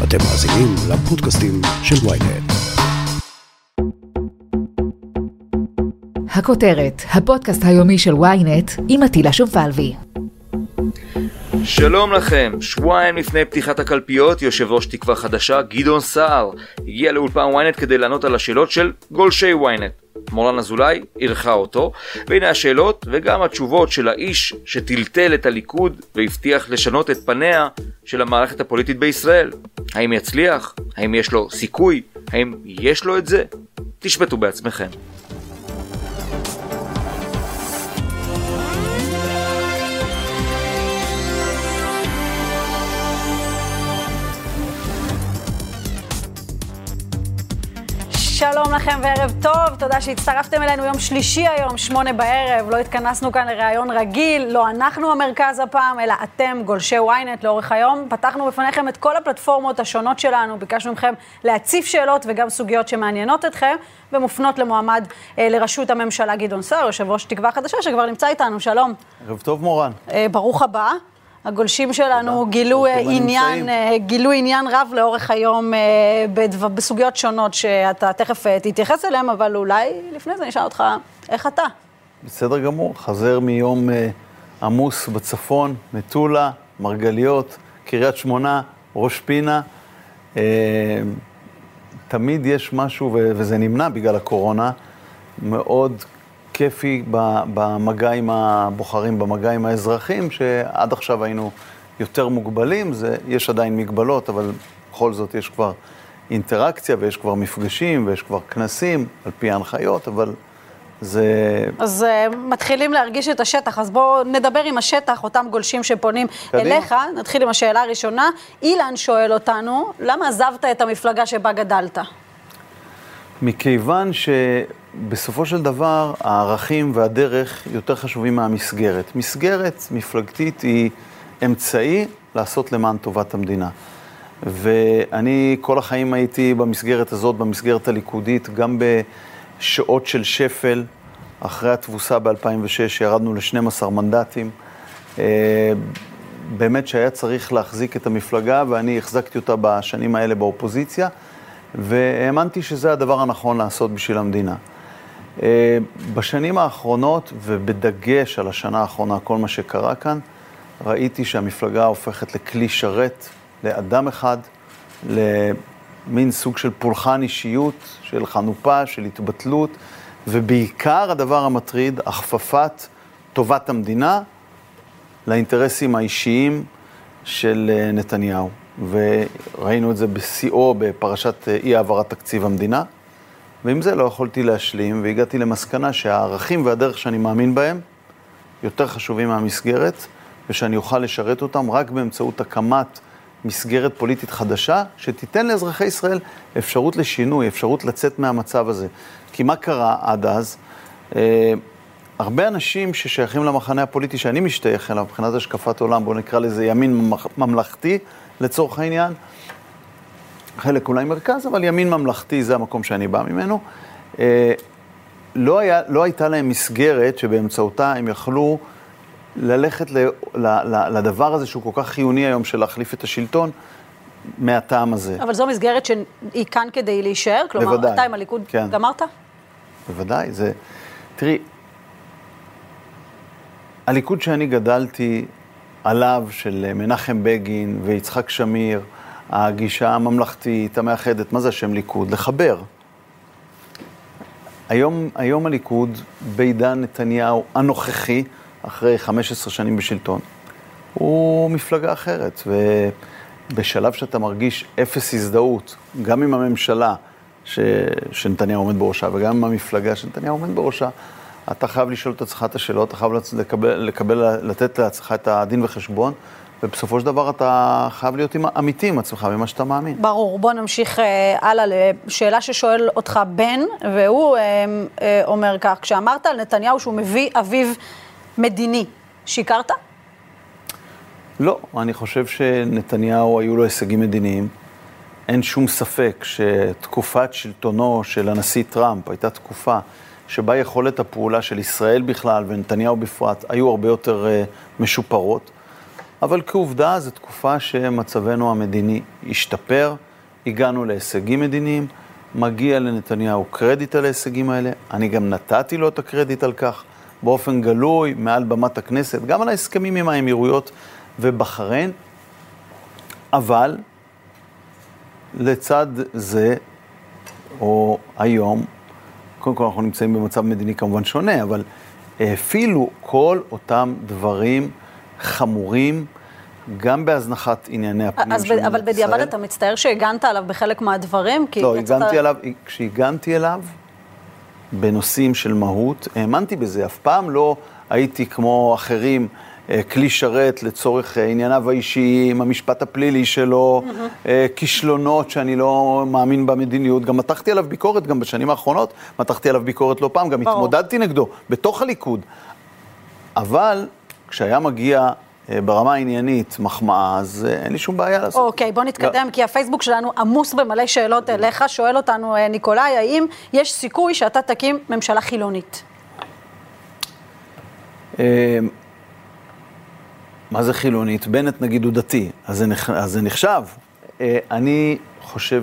אתם מאזינים לפודקאסטים של ynet. הכותרת, הפודקאסט היומי של ynet עם עטילה שומפלבי. שלום לכם, שבועיים לפני פתיחת הקלפיות, יושב ראש תקווה חדשה גדעון סער הגיע לאולפן ynet כדי לענות על השאלות של גולשי ynet. מורן אזולאי ערכה אותו, והנה השאלות וגם התשובות של האיש שטלטל את הליכוד והבטיח לשנות את פניה של המערכת הפוליטית בישראל. האם יצליח? האם יש לו סיכוי? האם יש לו את זה? תשפטו בעצמכם. שלום לכם וערב טוב, תודה שהצטרפתם אלינו יום שלישי היום, 8 בערב, לא התכנסנו כאן לראיון רגיל, לא אנחנו המרכז הפעם, אלא אתם, גולשי ynet לאורך היום. פתחנו בפניכם את כל הפלטפורמות השונות שלנו, ביקשנו מכם להציף שאלות וגם סוגיות שמעניינות אתכם, ומופנות למועמד לראשות הממשלה גדעון סער, יושב ראש תקווה חדשה, שכבר נמצא איתנו, שלום. ערב טוב מורן. ברוך הבא. הגולשים שלנו גילו עניין רב לאורך היום בסוגיות שונות שאתה תכף תתייחס אליהם, אבל אולי לפני זה נשאל אותך, איך אתה? בסדר גמור, חזר מיום עמוס בצפון, מטולה, מרגליות, קריית שמונה, ראש פינה. תמיד יש משהו, וזה נמנע בגלל הקורונה, מאוד כיפי במגע עם הבוחרים, במגע עם האזרחים, שעד עכשיו היינו יותר מוגבלים, יש עדיין מגבלות, אבל בכל זאת יש כבר אינטראקציה, ויש כבר מפגשים, ויש כבר כנסים, על פי ההנחיות, אבל זה... אז מתחילים להרגיש את השטח, אז בואו נדבר עם השטח, אותם גולשים שפונים אליך, נתחיל עם השאלה הראשונה. אילן שואל אותנו, למה עזבת את המפלגה שבה גדלת? מכיוון שבסופו של דבר הערכים והדרך יותר חשובים מהמסגרת. מסגרת מפלגתית היא אמצעי לעשות למען טובת המדינה. ואני כל החיים הייתי במסגרת הזאת, במסגרת הליכודית, גם בשעות של שפל, אחרי התבוסה ב-2006 ירדנו ל-12 מנדטים. באמת שהיה צריך להחזיק את המפלגה, ואני החזקתי אותה בשנים האלה באופוזיציה, והאמנתי שזה הדבר הנכון לעשות בשביל המדינה. בשנים האחרונות, ובדגש על השנה האחרונה, כל מה שקרה כאן, ראיתי שהמפלגה הופכת לכלי שרת, לאדם אחד, למין סוג של פולחן אישיות, של חנופה, של התבטלות, ובעיקר הדבר המטריד, הכפפת טובת המדינה לאינטרסים האישיים של נתניהו. וראינו את זה בשיאו בפרשת אי העברת תקציב המדינה, ועם זה לא יכולתי להשלים, והגעתי למסקנה שהערכים והדרך שאני מאמין בהם יותר חשובים מהמסגרת, ושאני אוכל לשרת אותם רק באמצעות הקמת מסגרת פוליטית חדשה, שתיתן לאזרחי ישראל אפשרות לשינוי, אפשרות לצאת מהמצב הזה. כי מה קרה עד אז? הרבה אנשים ששייכים למחנה הפוליטי שאני משתייך אליו, מבחינת השקפת עולם, בואו נקרא לזה ימין ממלכתי, לצורך העניין, חלק אולי מרכז, אבל ימין ממלכתי זה המקום שאני בא ממנו. לא הייתה להם מסגרת שבאמצעותה הם יכלו ללכת לדבר הזה שהוא כל כך חיוני היום של להחליף את השלטון מהטעם הזה. אבל זו מסגרת שהיא כאן כדי להישאר? כלומר, בוודאי. אתה עם הליכוד כן. גמרת? בוודאי. תראי, הליכוד שאני גדלתי עליו של מנחם בגין ויצחק שמיר, הגישה הממלכתית, המאחדת, מה זה השם ליכוד? לחבר. היום הליכוד, בעידן נתניהו הנוכחי, אחרי 15 שנים בשלטון, הוא מפלגה אחרת, ובשלב שאתה מרגיש אפס הזדהות, גם עם הממשלה שנתניהו עומד בראשה, וגם עם המפלגה שנתניהו עומד בראשה, אתה חייב לשאול את עצמך את השאלות, אתה חייב לתת לעצמך את הדין וחשבון, ובסופו של דבר אתה חייב להיות אמיתי עם עצמך, במה שאתה מאמין. ברור, בוא נמשיך הלאה לשאלה ששואל אותך בן, והוא אומר כך, כשאמרת על נתניהו שהוא מביא אביב מדיני, שיקרת? לא, אני חושב שנתניהו היו לו הישגים מדיניים. אין שום ספק שתקופת שלטונו של הנשיא טראמפ הייתה תקופה שבה יכולת הפעולה של ישראל בכלל ונתניהו בפרט היו הרבה יותר משופרות. אבל כעובדה זו תקופה שמצבנו המדיני השתפר, הגענו להישגים מדיניים, מגיע לנתניהו קרדיט על ההישגים האלה, אני גם נתתי לו את הקרדיט על כך, באופן גלוי, מעל במת הכנסת, גם על ההסכמים עם האמירויות ובחריין, אבל לצד זה, או היום, קודם כל אנחנו נמצאים במצב מדיני כמובן שונה, אבל אפילו כל אותם דברים חמורים, גם בהזנחת ענייני הפנים של מדינת ישראל. אבל בדיעבד אתה מצטער שהגנת עליו בחלק מהדברים? לא, הגנתי עליו, כשהגנתי אליו, בנושאים של מהות, האמנתי בזה, אף פעם לא הייתי כמו אחרים, כלי שרת לצורך ענייניו האישיים, המשפט הפלילי שלו, כישלונות שאני לא מאמין במדיניות, גם מתחתי עליו ביקורת, גם בשנים האחרונות מתחתי עליו ביקורת לא פעם, גם התמודדתי נגדו, בתוך הליכוד. אבל כשהיה מגיע ברמה העניינית מחמאה, אז אין לי שום בעיה לעשות. אוקיי, בוא נתקדם, כי הפייסבוק שלנו עמוס במלא שאלות אליך. שואל אותנו ניקולאי, האם יש סיכוי שאתה תקים ממשלה חילונית? מה זה חילונית? בנט נגיד הוא דתי, אז זה נחשב. אני חושב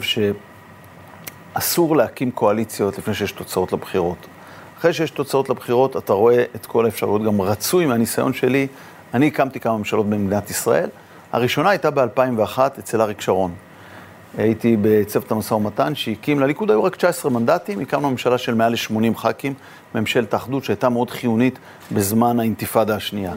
שאסור להקים קואליציות לפני שיש תוצאות לבחירות. אחרי שיש תוצאות לבחירות, אתה רואה את כל האפשרויות, גם רצוי מהניסיון שלי. אני הקמתי כמה ממשלות במדינת ישראל. הראשונה הייתה ב-2001 אצל אריק שרון. הייתי בצוות המשא ומתן שהקים, לליכוד היו רק 19 מנדטים, הקמנו ממשלה של מעל ל-80 ח"כים, ממשלת האחדות שהייתה מאוד חיונית בזמן האינתיפאדה השנייה.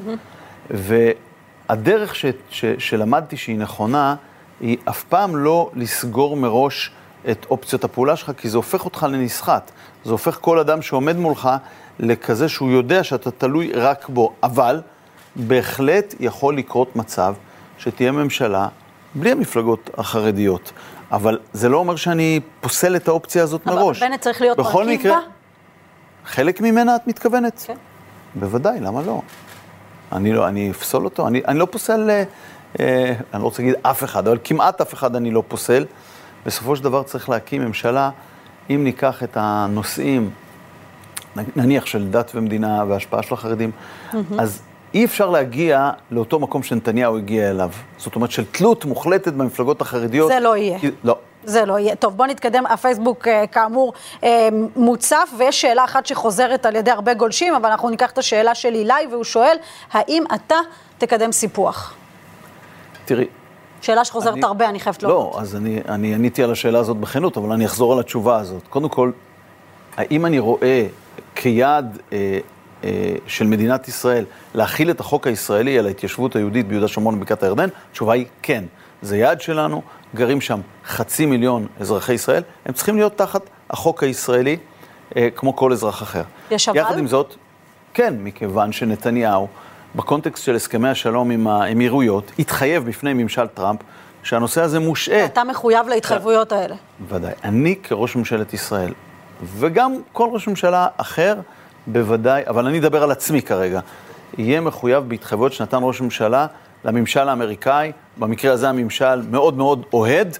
והדרך שלמדתי שהיא נכונה, היא אף פעם לא לסגור מראש את אופציות הפעולה שלך, כי זה הופך אותך לנסחט. זה הופך כל אדם שעומד מולך לכזה שהוא יודע שאתה תלוי רק בו. אבל בהחלט יכול לקרות מצב שתהיה ממשלה בלי המפלגות החרדיות. אבל זה לא אומר שאני פוסל את האופציה הזאת מראש. אבל בנט צריך להיות מרכיב בה? חלק ממנה את מתכוונת? כן. בוודאי, למה לא? אני אפסול אותו. אני לא פוסל, אני לא רוצה להגיד אף אחד, אבל כמעט אף אחד אני לא פוסל. בסופו של דבר צריך להקים ממשלה, אם ניקח את הנושאים, נניח של דת ומדינה והשפעה של החרדים, אז אי אפשר להגיע לאותו מקום שנתניהו הגיע אליו. זאת אומרת, של תלות מוחלטת במפלגות החרדיות. זה לא יהיה. לא. זה לא יהיה. טוב, בוא נתקדם. הפייסבוק כאמור מוצף, ויש שאלה אחת שחוזרת על ידי הרבה גולשים, אבל אנחנו ניקח את השאלה של אילי, והוא שואל, האם אתה תקדם סיפוח? תראי. שאלה שחוזרת הרבה, אני חייבת לא, אז אני עניתי על השאלה הזאת בכנות, אבל אני אחזור על התשובה הזאת. קודם כל, האם אני רואה כיעד של מדינת ישראל להכיל את החוק הישראלי על ההתיישבות היהודית ביהודה שומרון ובקעת הירדן? התשובה היא כן. זה יעד שלנו, גרים שם 500,000 אזרחי ישראל, הם צריכים להיות תחת החוק הישראלי כמו כל אזרח אחר. יש אבל? יחד עם זאת, כן, מכיוון שנתניהו, בקונטקסט של הסכמי השלום עם האמירויות, התחייב בפני ממשל טראמפ שהנושא הזה מושעה. אתה מחויב להתחייבויות האלה. ודאי. אני כראש ממשלת ישראל, וגם כל ראש ממשלה אחר, בוודאי, אבל אני אדבר על עצמי כרגע, יהיה מחויב בהתחייבויות שנתן ראש ממשלה לממשל האמריקאי, במקרה הזה הממשל מאוד מאוד אוהד,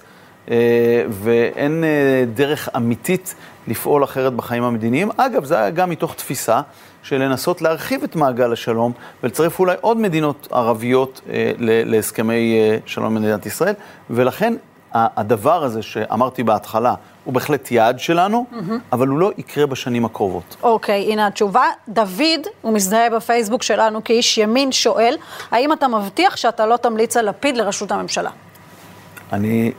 ואין דרך אמיתית לפעול אחרת בחיים המדיניים. אגב, זה היה גם מתוך תפיסה של לנסות להרחיב את מעגל השלום, ולצרף אולי עוד מדינות ערביות להסכמי שלום במדינת ישראל, ולכן הדבר הזה שאמרתי בהתחלה, הוא בהחלט יעד שלנו, אבל הוא לא יקרה בשנים הקרובות. אוקיי, הנה התשובה. דוד, הוא מזדהה בפייסבוק שלנו כאיש ימין, שואל, האם אתה מבטיח שאתה לא תמליץ על לפיד לראשות הממשלה? אני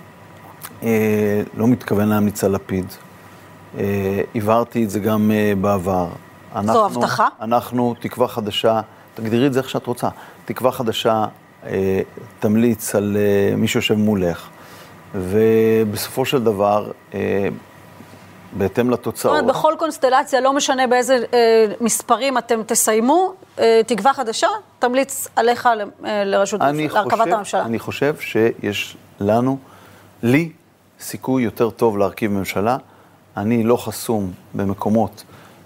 לא מתכוון להמליץ על לפיד. עברתי את זה גם בעבר. זו הבטחה? אנחנו, תקווה חדשה, תגדירי את זה איך שאת רוצה, תקווה חדשה תמליץ על מי שיושב מולך. ובסופו של דבר, בהתאם לתוצאות... זאת אומרת, בכל קונסטלציה, לא משנה באיזה מספרים אתם תסיימו, תקווה חדשה, תמליץ עליך לרשות, להרכבת הממשלה. אני חושב שיש לנו, לי, סיכוי יותר טוב להרכיב ממשלה. אני לא חסום במקומות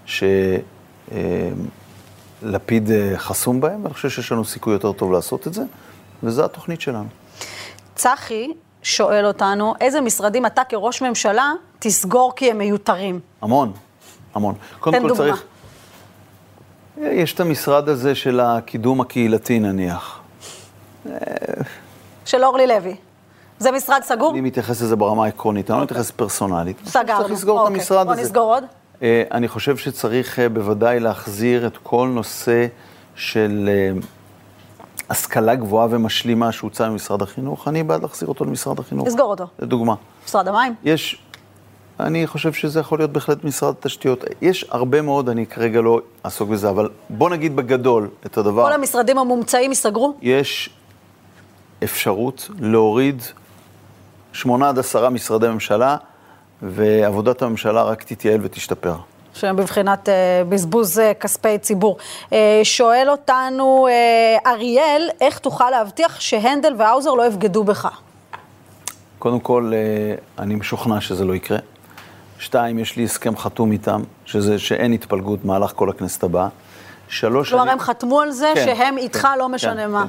שלפיד חסום בהם, ואני חושב שיש לנו סיכוי יותר טוב לעשות את זה, וזו התוכנית שלנו. צחי שואל אותנו, איזה משרדים אתה כראש ממשלה תסגור כי הם מיותרים? המון, המון. תן דוגמה. יש את המשרד הזה של הקידום הקהילתי נניח. של אורלי לוי. זה משרד סגור? אני מתייחס לזה ברמה העקרונית, אני לא מתייחס פרסונלית. סגרנו. צריך לסגור את המשרד הזה. בוא נסגור עוד. אני חושב שצריך בוודאי להחזיר את כל נושא של השכלה גבוהה ומשלימה שהוצא ממשרד החינוך. אני בעד להחזיר אותו למשרד החינוך. לסגור אותו. לדוגמה. משרד המים? אני חושב שזה יכול להיות בהחלט משרד התשתיות. יש הרבה מאוד, אני כרגע לא אעסוק בזה, אבל בוא נגיד בגדול את הדבר. כל המשרדים המומצאים ייסגרו? יש אפשרות להוריד 8 עד 10 משרדי ממשלה, ועבודת הממשלה רק תתייעל ותשתפר. שבבחינת בזבוז כספי ציבור. שואל אותנו אריאל, איך תוכל להבטיח שהנדל והאוזר לא יבגדו בך? קודם כל, אני משוכנע שזה לא יקרה. 2, יש לי הסכם חתום איתם, שאין התפלגות מהלך כל הכנסת הבאה. 3, כלומר, הם חתמו על זה שהם איתך לא משנה מה.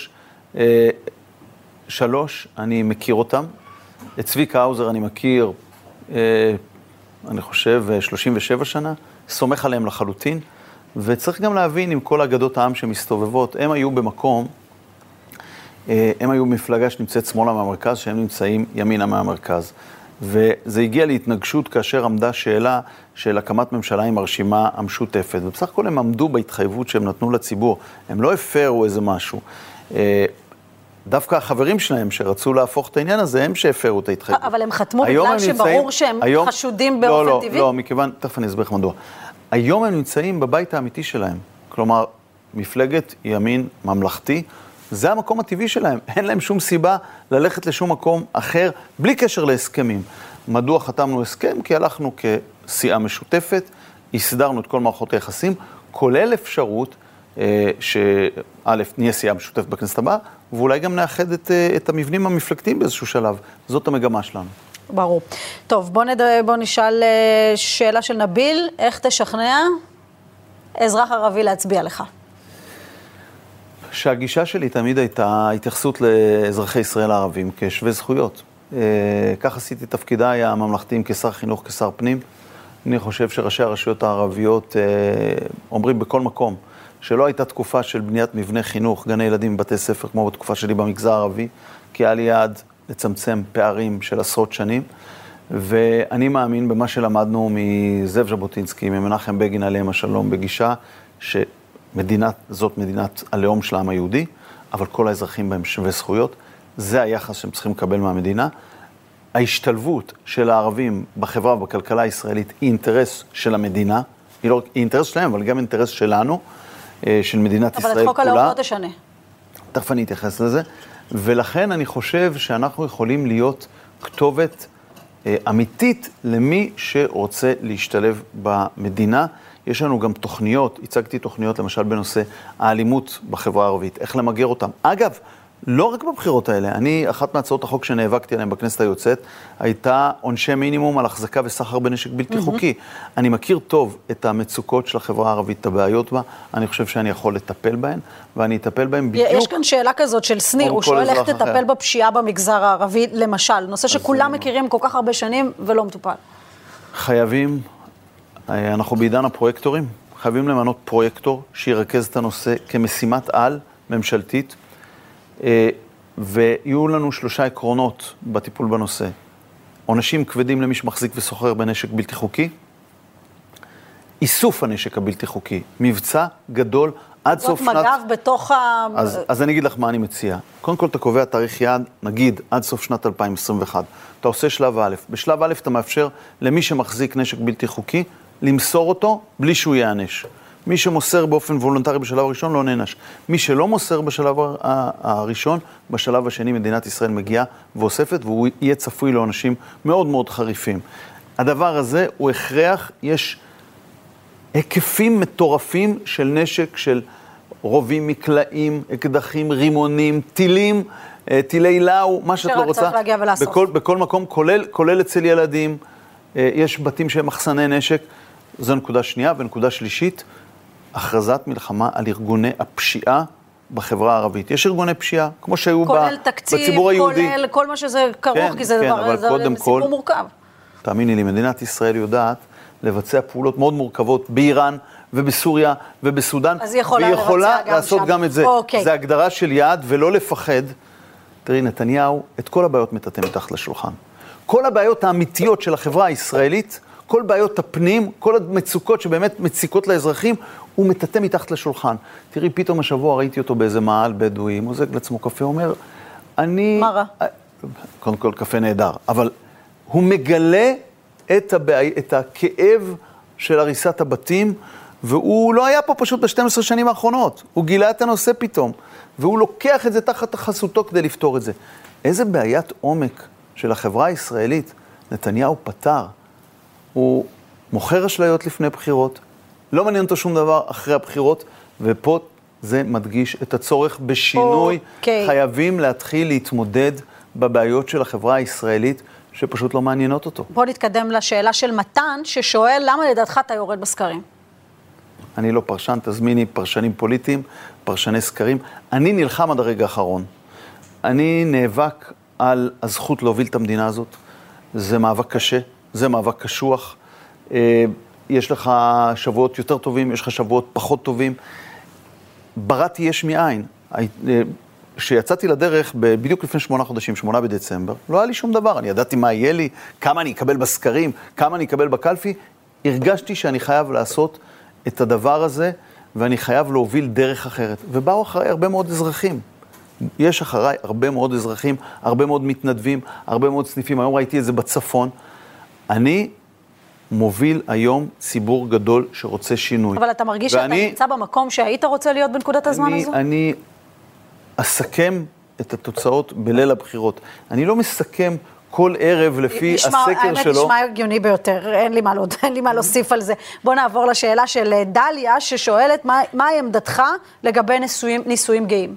3, אני מכיר אותם. את צביקה האוזר אני מכיר, אני חושב, 37 שנה. סומך עליהם לחלוטין. וצריך גם להבין עם כל אגדות העם שמסתובבות, הם היו במקום, הם היו מפלגה שנמצאת שמאלה מהמרכז, שהם נמצאים ימינה מהמרכז. וזה הגיע להתנגשות כאשר עמדה שאלה של הקמת ממשלה עם הרשימה המשותפת. ובסך הכל הם עמדו בהתחייבות שהם נתנו לציבור. הם לא הפרו איזה משהו. דווקא החברים שלהם שרצו להפוך את העניין הזה, הם שהפרו את ההתחייבות. אבל הם חתמו בגלל שברור שהם חשודים באופן טבעי? לא, מכיוון, תכף אני אסביר לך מדוע. היום הם נמצאים בבית האמיתי שלהם. כלומר, מפלגת ימין ממלכתי, זה המקום הטבעי שלהם. אין להם שום סיבה ללכת לשום מקום אחר, בלי קשר להסכמים. מדוע חתמנו הסכם? כי הלכנו כסיעה משותפת, הסדרנו את כל מערכות היחסים, כולל אפשרות שא', נהיה סיעה משותפת בכנסת הבאה, ואולי גם נאחד את המבנים המפלגתיים באיזשהו שלב. זאת המגמה שלנו. ברור. טוב, בוא נשאל שאלה של נביל, איך תשכנע אזרח ערבי להצביע לך? שהגישה שלי תמיד הייתה התייחסות לאזרחי ישראל הערבים כשווה זכויות. כך עשיתי תפקידיי הממלכתיים כשר חינוך, כשר פנים. אני חושב שראשי הרשויות הערביות אומרים בכל מקום שלא הייתה תקופה של בניית מבנה חינוך, גני ילדים בבתי ספר, כמו בתקופה שלי במגזר הערבי, כי היה לי יעד לצמצם פערים של עשרות שנים, ואני מאמין במה שלמדנו מזאב ז'בוטינסקי, ממנחם בגין עליהם השלום, בגישה זאת מדינת הלאום של העם היהודי, אבל כל האזרחים בהם שווה זכויות, זה היחס שהם צריכים לקבל מהמדינה. ההשתלבות של הערבים בחברה ובכלכלה הישראלית היא אינטרס של המדינה, היא אינטרס שלהם, אבל גם אינטרס שלנו, של מדינת ישראל כולה. אבל את חוק הלאום לא תשנה. תכף אני אתייחס לזה. ולכן אני חושב שאנחנו יכולים להיות כתובת אמיתית למי שרוצה להשתלב במדינה. יש לנו גם תוכניות, הצגתי תוכניות למשל בנושא האלימות בחברה הערבית, איך למגר אותם. אגב, לא רק בבחירות האלה, אחת מהצעות החוק שנאבקתי עליהן בכנסת היוצאת, הייתה עונשי מינימום על החזקה וסחר בנשק בלתי חוקי. אני מכיר טוב את המצוקות של החברה הערבית, את הבעיות בה, אני חושב שאני יכול לטפל בהן, ואני אטפל בהן בדיוק. יש כאן שאלה כזאת של סניר, הוא שואל איך תטפל בפשיעה במגזר הערבי, למשל, נושא שכולם מכירים כל כך הרבה שנים ולא מטופל. חייבים, אנחנו בעידן הפרויקטורים, חייבים למנות פרויקטור שירכז את הנושא כמשימת על ממשלתית, ויהיו לנו 3 עקרונות בטיפול בנושא. עונשים כבדים למי שמחזיק וסוחר בנשק בלתי חוקי, איסוף הנשק הבלתי חוקי, מבצע גדול עד סוף שנת... זאת מג"ב בתוך אז אני אגיד לך מה אני מציע. קודם כל אתה קובע תאריך יעד, נגיד עד סוף שנת 2021. אתה עושה שלב א'. בשלב א' אתה מאפשר למי שמחזיק נשק בלתי חוקי, למסור אותו בלי שהוא יענש. מי שמוסר באופן וולונטרי בשלב הראשון לא נענש. מי שלא מוסר בשלב הראשון, בשלב השני מדינת ישראל מגיעה ואוספת, והוא יהיה צפוי לעונשים מאוד מאוד חריפים. הדבר הזה הוא הכרח, יש היקפים מטורפים של נשק, של רובים מקלעים, אקדחים, רימונים, טילים, טילי לאו, מה שאת לא רוצה. שרק צריך להגיע ולאסוף. בכל מקום, כולל אצל ילדים, יש בתים שהם מחסני נשק. זו נקודה שנייה, ונקודה שלישית, הכרזת מלחמה על ארגוני הפשיעה בחברה הערבית. יש ארגוני פשיעה, כמו שהיו בציבור היהודי. כולל כל מה שזה כרוך, כי זה סיפור מורכב. תאמיני לי, מדינת ישראל יודעת לבצע פעולות מאוד מורכבות באיראן, ובסוריה ובסודן, אז היא יכולה והיא יכולה לבצע גם לעשות שם. גם את זה. אוקיי. זה הגדרה של יעד ולא לפחד. תראי, נתניהו, את כל הבעיות מטאטא מתחת לשולחן. כל הבעיות האמיתיות של החברה הישראלית, כל בעיות הפנים, כל המצוקות שבאמת מציקות לאזרחים, הוא מטאטא מתחת לשולחן. תראי, פתאום השבוע ראיתי אותו באיזה מאהל בדואי, מוזג לעצמו קפה, אומר, מה רע? קודם כל קפה נהדר, אבל הוא מגלה את הכאב של הריסת הבתים, והוא לא היה פה פשוט ב-12 שנים האחרונות. הוא גילה את הנושא פתאום, והוא לוקח את זה תחת חסותו כדי לפתור את זה. איזה בעיית עומק של החברה הישראלית נתניהו פתר. הוא מוכר אשליות לפני בחירות, לא מעניין אותו שום דבר אחרי הבחירות, ופה זה מדגיש את הצורך בשינוי. חייבים להתחיל להתמודד בבעיות של החברה הישראלית, שפשוט לא מעניינות אותו. בוא נתקדם לשאלה של מתן, ששואל למה לדעתך אתה יורד בסקרים? אני לא פרשן, תזמיני פרשנים פוליטיים, פרשני סקרים. אני נלחם עד הרגע האחרון. אני נאבק על הזכות להוביל את המדינה הזאת. זה מאבק קשה, זה מאבק קשוח. יש לך שבועות יותר טובים, יש לך שבועות פחות טובים. בראתי יש מאין. כשיצאתי לדרך בדיוק לפני 8 חודשים, 8 בדצמבר, לא היה לי שום דבר. אני ידעתי מה יהיה לי, כמה אני אקבל בסקרים, כמה אני אקבל בקלפי. הרגשתי שאני חייב לעשות את הדבר הזה, ואני חייב להוביל דרך אחרת. ובאו אחריי הרבה מאוד אזרחים. יש אחריי הרבה מאוד אזרחים, הרבה מאוד מתנדבים, הרבה מאוד סניפים. היום ראיתי את זה בצפון. אני מוביל היום ציבור גדול שרוצה שינוי. אבל אתה מרגיש שאתה נמצא במקום שהיית רוצה להיות בנקודת הזמן הזו? אני אסכם את התוצאות בליל הבחירות. אני לא מסכם כל ערב לפי הסקר שלו. האמת נשמע הגיוני ביותר, אין לי מה להוסיף על זה. בוא נעבור לשאלה של דליה, ששואלת מהי עמדתך לגבי נישואים גאים?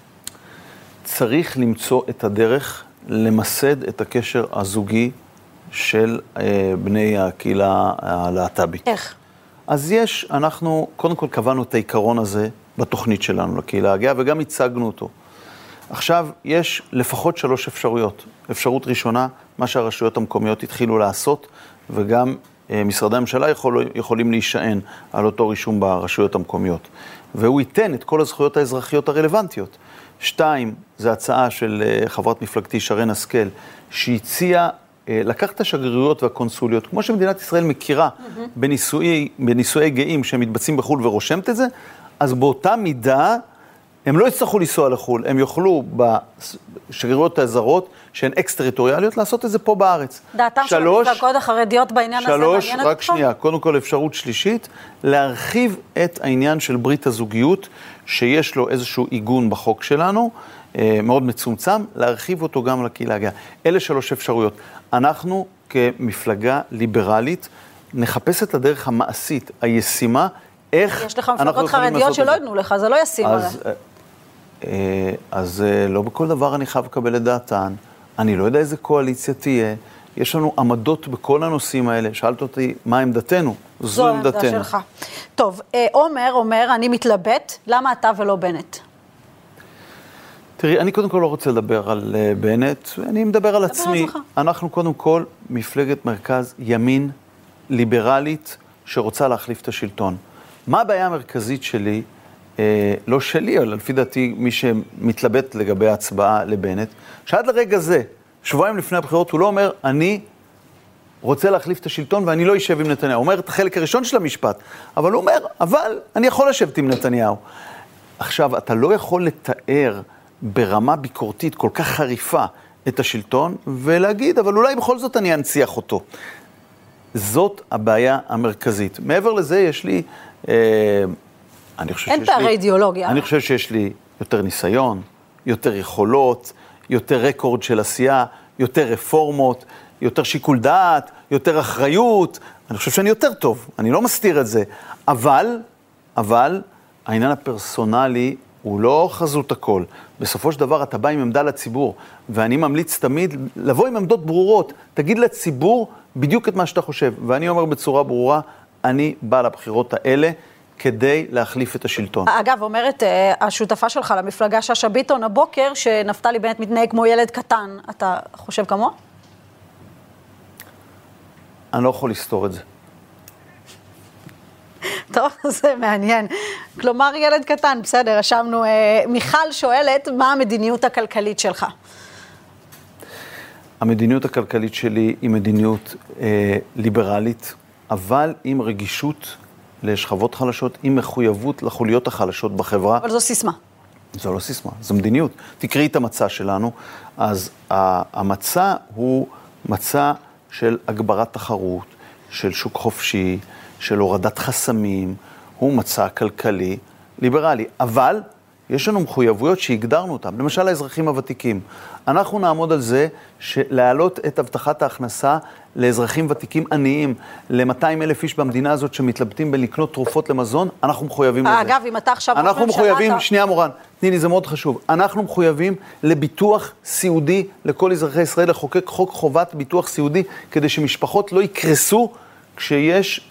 צריך למצוא את הדרך למסד את הקשר הזוגי של בני הקהילה הלהט"בית. איך? אז אנחנו קודם כל קבענו את העיקרון הזה בתוכנית שלנו לקהילה הגאה, וגם הצגנו אותו. עכשיו, יש לפחות 3 אפשרויות. אפשרות ראשונה, מה שהרשויות המקומיות התחילו לעשות, וגם משרדי הממשלה יכולים להישען על אותו רישום ברשויות המקומיות. והוא ייתן את כל הזכויות האזרחיות הרלוונטיות. 2, זה הצעה של חברת מפלגתי שרן השכל, שהציעה לקח את השגרירויות והקונסוליות, כמו שמדינת ישראל מכירה בנישואי גאים שמתבצעים בחול ורושמת את זה, אז באותה מידה הם לא יצטרכו לנסוע לחול, הם יוכלו בשגרירויות הזרות שהן אקס-טריטוריאליות לעשות את זה פה בארץ. דעתם של המפלגות החרדיות בעניין הזה מעניינת אותך? 3, רק שנייה, קודם כל אפשרות שלישית, להרחיב את העניין של ברית הזוגיות, שיש לו איזשהו עיגון בחוק שלנו, מאוד מצומצם, להרחיב אותו גם לקהילה הגאה. אלה 3 אפשרויות. אנחנו כמפלגה ליברלית נחפש את הדרך המעשית, הישימה, איך יש לך מפלגות חרדיות שלא יתנו לך, זה לא ישים עליהם. אז לא בכל דבר אני חייב לקבל את דעתן, אני לא יודע איזה קואליציה תהיה, יש לנו עמדות בכל הנושאים האלה, שאלת אותי מה עמדתנו, זו עמדתנו. העמדה שלך. טוב, עומר אומר, אני מתלבט, למה אתה ולא בנט? תראי, אני קודם כל לא רוצה לדבר על בנט, אני מדבר על עצמי. אנחנו קודם כל מפלגת מרכז ימין ליברלית שרוצה להחליף את השלטון. מה הבעיה המרכזית שלי, לא שלי, אבל לפי דעתי מי שמתלבט לגבי ההצבעה לבנט, שעד לרגע זה, שבועיים לפני הבחירות, הוא לא אומר, אני רוצה להחליף את השלטון ואני לא אשב עם נתניהו. הוא אומר את החלק הראשון של המשפט, אבל הוא אומר, אבל אני יכול לשבת עם נתניהו. עכשיו, אתה לא יכול לתאר ברמה ביקורתית כל כך חריפה את השלטון, ולהגיד, אבל אולי בכל זאת אני אנציח אותו. זאת הבעיה המרכזית. מעבר לזה יש לי, אין פערי אידיאולוגיה. אני חושב שיש לי יותר ניסיון, יותר יכולות, יותר רקורד של עשייה, יותר רפורמות, יותר שיקול דעת, יותר אחריות. אני חושב שאני יותר טוב, אני לא מסתיר את זה. אבל העניין הפרסונלי הוא לא חזות הכל. בסופו של דבר אתה בא עם עמדה לציבור, ואני ממליץ תמיד לבוא עם עמדות ברורות. תגיד לציבור בדיוק את מה שאתה חושב. ואני אומר בצורה ברורה, אני בא לבחירות האלה כדי להחליף את השלטון. אגב, אומרת השותפה שלך למפלגה שאשא ביטון הבוקר, שנפתלי בנט מתנהג כמו ילד קטן. אתה חושב כמוה? אני לא יכול לסתור את זה. טוב, זה מעניין. כלומר, ילד קטן, בסדר, רשמנו. מיכל שואלת, מה המדיניות הכלכלית שלך? המדיניות הכלכלית שלי היא מדיניות ליברלית, אבל עם רגישות לשכבות חלשות, עם מחויבות לחוליות החלשות בחברה. אבל זו סיסמה. זו לא סיסמה, זו מדיניות. תקראי את המצע שלנו, אז המצע הוא מצע של הגברת תחרות, של שוק חופשי, של הורדת חסמים, הוא מצע כלכלי, ליברלי. אבל יש לנו מחויבויות שהגדרנו אותן, למשל האזרחים הוותיקים. אנחנו נעמוד על זה להעלות את הבטחת ההכנסה לאזרחים ותיקים עניים, ל-200,000 איש במדינה הזאת שמתלבטים בלקנות תרופות למזון, אנחנו מחויבים לזה. אגב, אם אתה עכשיו... אנחנו מחויבים, שנייה מורן, תני לי, זה מאוד חשוב. אנחנו מחויבים לביטוח סיעודי לכל אזרחי ישראל, לחוקק חוק חובת ביטוח סיעודי, כדי שמשפחות לא יקרסו כשיש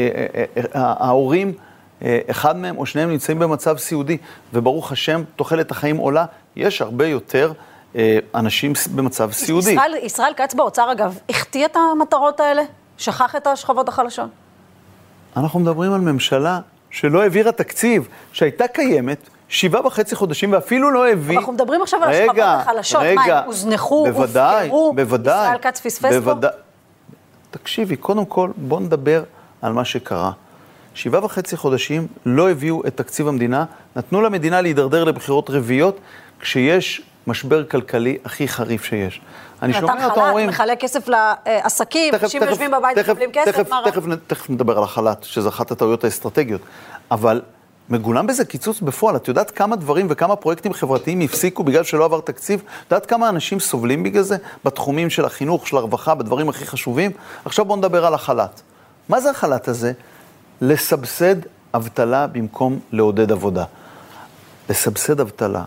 ההורים, אחד מהם או שניהם נמצאים במצב סיעודי, וברוך השם, תוחלת החיים עולה, יש הרבה יותר אנשים במצב סיעודי. ישראל כץ באוצר, אגב, החטיא את המטרות האלה? שכח את השכבות החלשות? אנחנו מדברים על ממשלה שלא העבירה תקציב, שהייתה קיימת 7.5 חודשים, ואפילו לא הביא... אנחנו מדברים עכשיו על השכבות החלשות. מה, הם הוזנחו, הופקרו? ישראל כץ פספס פה? תקשיבי, קודם כל, בוא נדבר על מה שקרה. 7.5 חודשים לא הביאו את תקציב המדינה, נתנו למדינה להידרדר לבחירות רביעיות, כשיש משבר כלכלי הכי חריף שיש. אני שומע אותו אומרים... מחלק כסף לעסקים, אנשים יושבים בבית מקבלים כסף, מה רע? תכף נדבר על החל"ת, שזה אחת הטעויות האסטרטגיות. אבל מגולם בזה קיצוץ בפועל. את יודעת כמה דברים וכמה פרויקטים חברתיים הפסיקו בגלל שלא עבר תקציב? את יודעת כמה אנשים סובלים בגלל זה? בתחומים של החינוך, של הרווחה, בדברים הכי חשובים? עכשיו בואו נדבר על החל"ת. מה זה החל"ת הזה? לסבסד אבטלה במקום לעודד עבודה. לסבסד אבטלה.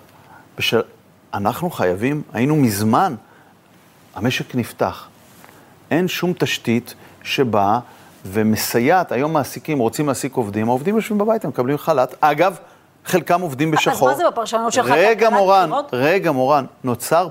אנחנו חייבים, היינו מזמן, המשק נפתח. אין שום תשתית שבאה ומסייעת, היום מעסיקים רוצים להעסיק עובדים, העובדים יושבים בבית, הם מקבלים חל"ת. אגב, חלקם עובדים בשחור. אז מה זה בפרשנות שלך? רגע מורן, נוצר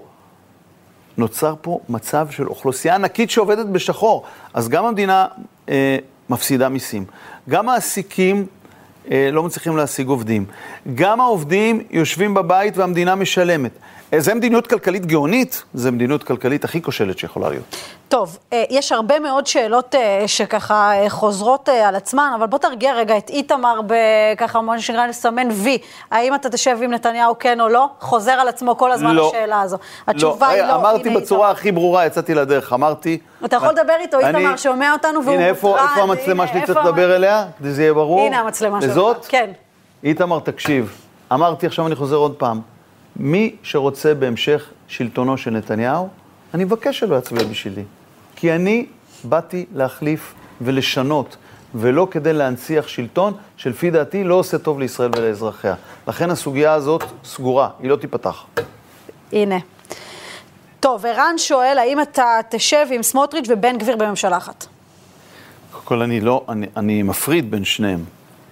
פה מצב של אוכלוסייה ענקית שעובדת בשחור. אז גם המדינה מפסידה מיסים. גם העסיקים לא מצליחים להשיג עובדים. גם העובדים יושבים בבית והמדינה משלמת. זה מדיניות כלכלית גאונית, זה מדיניות כלכלית הכי כושלת שיכולה להיות. טוב, יש הרבה מאוד שאלות שככה חוזרות על עצמן, אבל בוא תרגיע רגע את איתמר בככה מה שנקרא לסמן וי. האם אתה תשב עם נתניהו כן או לא? חוזר על עצמו כל הזמן השאלה הזו. התשובה היא לא. אמרתי בצורה הכי ברורה, יצאתי לדרך, אמרתי... אתה יכול לדבר איתו, איתמר שומע אותנו והוא מוטרד. הנה, איפה המצלמה שלי צריך לדבר אליה? כדי זה יהיה ברור. הנה המצלמה שלך. לזאת? כן. איתמר, תקשיב. אמרתי, עכשיו אני חוזר עוד פעם. מי שרוצה בהמשך שלטונו של נתניהו, אני מבקש שלא יצביע בשבילי. כי אני באתי להחליף ולשנות, ולא כדי להנציח שלטון, שלפי דעתי לא עושה טוב לישראל ולאזרחיה. לכן הסוגיה הזאת סגורה, היא לא תיפתח. הנה. טוב, ערן שואל, האם אתה תשב עם סמוטריץ' ובן גביר בממשלה אחת? קודם כל אני מפריד בין שניהם.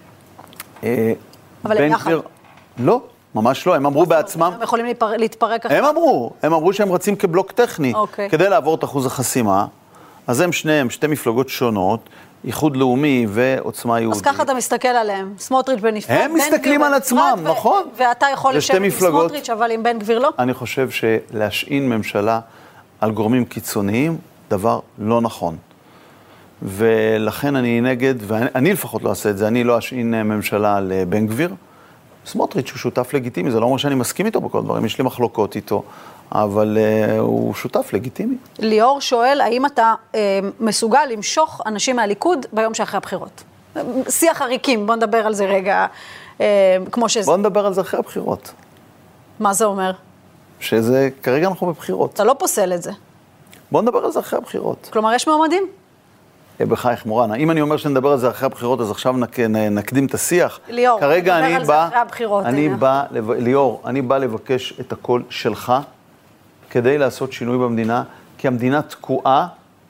אבל הם יחד. לא. ממש לא, הם אמרו בעצמם... הם יכולים להתפרק אחת? הם אמרו שהם רצים כבלוק טכני, כדי לעבור את אחוז החסימה, אז הם שניהם, שתי מפלגות שונות, איחוד לאומי ועוצמה יהודית. אז ככה אתה מסתכל עליהם, סמוטריץ' בנפרד, הם מסתכלים על עצמם, נכון. ואתה יכול לשבת עם סמוטריץ', אבל עם בן גביר לא? אני חושב שלהשעין ממשלה על גורמים קיצוניים, דבר לא נכון. ולכן אני נגד, ואני לפחות לא אעשה את זה, אני לא אשעין ממשלה לבן גביר, סמוטריץ' הוא שותף לגיטימי, זה לא אומר שאני מסכים איתו בכל דברים, יש לי מחלוקות איתו, אבל הוא שותף לגיטימי. ליאור שואל, האם אתה מסוגל למשוך אנשים מהליכוד ביום שאחרי הבחירות? שיח עריקים, בוא נדבר על זה רגע, כמו שזה. בוא נדבר על זה אחרי הבחירות. מה זה אומר? שזה, כרגע אנחנו בבחירות. אתה לא פוסל את זה. בוא נדבר על זה אחרי הבחירות. כלומר, יש מועמדים? בחייך מורן, אם אני אומר שנדבר על זה אחרי הבחירות, אז עכשיו נקדים את השיח. ליאור, נדבר על זה אחרי הבחירות. ליאור, אני בא לבקש את הקול שלך, כדי לעשות שינוי במדינה, כי המדינה תקועה,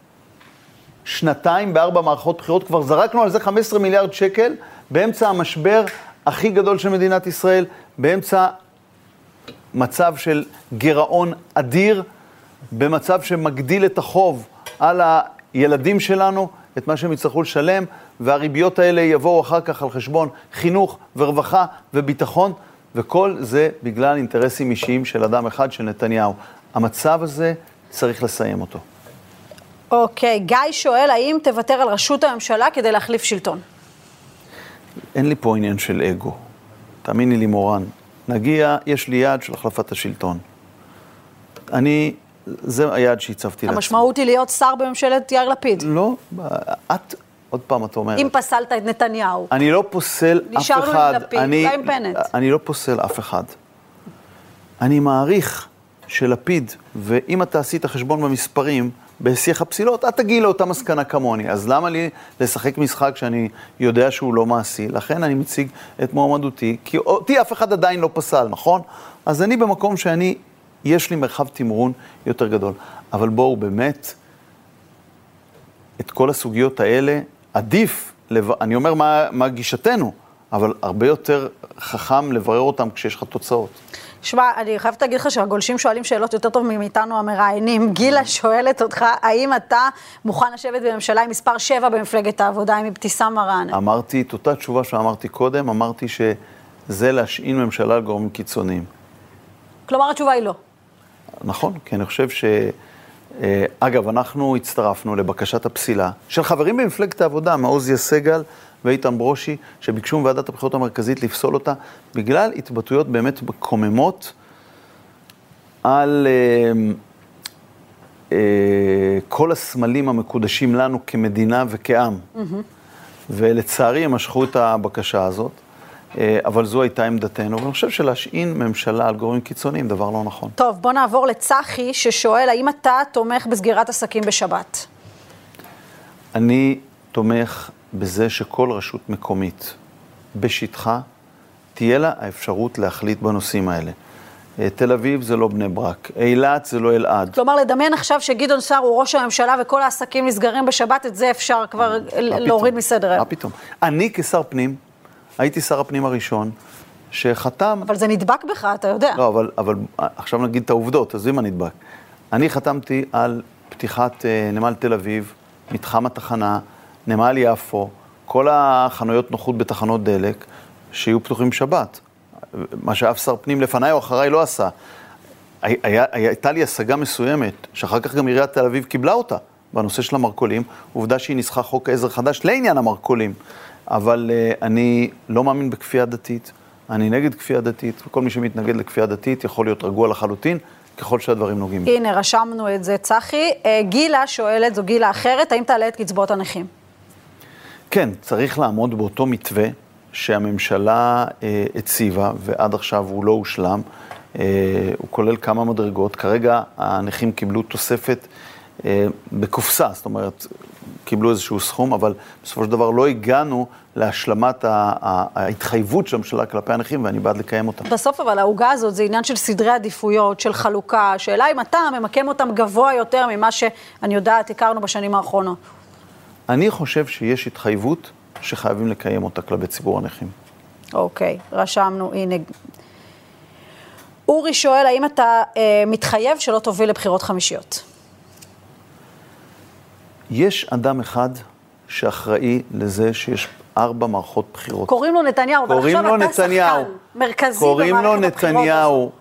2 ב4 מערכות בחירות, כבר זרקנו על זה 15 מיליארד שקל, באמצע המשבר הכי גדול של מדינת ישראל, באמצע מצב של גירעון אדיר, במצב שמגדיל את החוב על ילדים שלנו, את מה שהם יצטרכו לשלם, והריביות האלה יבואו אחר כך על חשבון חינוך ורווחה וביטחון, וכל זה בגלל אינטרסים אישיים של אדם אחד, של נתניהו. המצב הזה צריך לסיים אותו. אוקיי, גיא שואל, האם תוותר על ראשות הממשלה כדי להחליף שלטון? אין לי פה עניין של אגו. תאמיני לי מורן, נגיע, יש לי יעד של החלפת השלטון. זה היעד שהצבתי לעצמי. המשמעות היא להיות שר בממשלת יאיר לפיד. לא, עוד פעם את אומרת. אם פסלת את נתניהו. אני לא פוסל אף אחד. נשארנו עם לפיד, עם בנט. אני לא פוסל אף אחד. אני מעריך שלפיד, ואם אתה עשית חשבון במספרים, בשיח הפסילות, את תגיעי לאותה מסקנה כמוני. אז למה לי לשחק משחק שאני יודע שהוא לא מעשי? לכן אני מציג את מועמדותי, כי אותי אף אחד עדיין לא פסל, נכון? אז אני במקום יש לי מרחב תמרון יותר גדול. אבל בואו באמת, את כל הסוגיות האלה, עדיף, אני אומר מה גישתנו, אבל הרבה יותר חכם לברר אותם כשיש לך תוצאות. שמע, אני חייבת להגיד לך שהגולשים שואלים שאלות יותר טוב מאיתנו המראיינים. גילה שואלת אותך, האם אתה מוכן לשבת בממשלה עם מספר 7 במפלגת העבודה, עם אבתיסאם מראענה? אמרתי את אותה תשובה שאמרתי קודם, אמרתי שזה להשעין ממשלה על גורמים קיצוניים. כלומר, התשובה היא לא. נכון, כי אני חושב אגב, אנחנו הצטרפנו לבקשת הפסילה של חברים במפלגת העבודה, מעוזיה סגל ואיתן ברושי, שביקשו מוועדת הבחירות המרכזית לפסול אותה, בגלל התבטאויות באמת מקוממות על כל הסמלים המקודשים לנו כמדינה וכעם. ולצערי הם משכו את הבקשה הזאת, אבל זו הייתה עמדתנו, ואני חושב שלהשעין ממשלה על גורמים קיצוניים, דבר לא נכון. טוב, בוא נעבור לצחי, ששואל, האם אתה תומך בסגירת עסקים בשבת? אני תומך בזה שכל רשות מקומית בשטחה, תהיה לה האפשרות להחליט בנושאים האלה. תל אביב זה לא בני ברק, אילת זה לא אלעד. כלומר, לדמיין עכשיו שגדעון סער הוא ראש הממשלה וכל העסקים נסגרים בשבת, את זה אפשר כבר להוריד מסדר. מה פתאום? אני כשר פנים, הייתי שר הפנים הראשון, שחתם... אבל זה נדבק בך, אתה יודע. לא, אבל עכשיו נגיד את העובדות, אז מה נדבק? אני חתמתי על פתיחת נמל תל אביב, מתחם התחנה, נמל יפו, כל החנויות נוחות בתחנות דלק, שיהיו פתוחים שבת. מה שאף שר פנים לפניי או אחריי לא עשה. הייתה לי השגה מסוימת, שאחר כך גם עיריית תל אביב קיבלה אותה, בנושא של המרקולים, עובדה שהיא ניסחה חוק עזר חדש לעניין המרקולים. אבל אני לא מאמין בכפייה דתית, אני נגד כפייה דתית, וכל מי שמתנגד לכפייה דתית יכול להיות רגוע לחלוטין, ככל שהדברים נוגעים. הנה, רשמנו את זה, צחי. גילה שואלת, זו גילה אחרת, האם תעלה את קצבאות הנכים? כן, צריך לעמוד באותו מתווה שהממשלה הציבה, ועד עכשיו הוא לא הושלם. הוא כולל כמה מדרגות. כרגע הנכים קיבלו תוספת בקופסה, זאת אומרת, קיבלו איזשהו סכום, אבל בסופו של דבר לא הגענו להשלמת ההתחייבות של הממשלה כלפי הנכים, ואני בעד לקיים אותה. בסוף אבל ההוגה הזאת זה עניין של סדרי עדיפויות, של חלוקה, שאלה אם אתה ממקם אותם גבוה יותר ממה שאני יודעת, הכרנו בשנים האחרונות. אני חושב שיש התחייבות שחייבים לקיים אותה כלפי ציבור הנכים. אוקיי, רשמנו, הנה. אורי שואל, האם אתה מתחייב שלא תוביל לבחירות חמישיות? יש אדם אחד שאחראי לזה שיש 4 מערכות בחירות. קוראים לו נתניהו, אבל עכשיו אתה שחקן מרכזי במערכת הבחירות.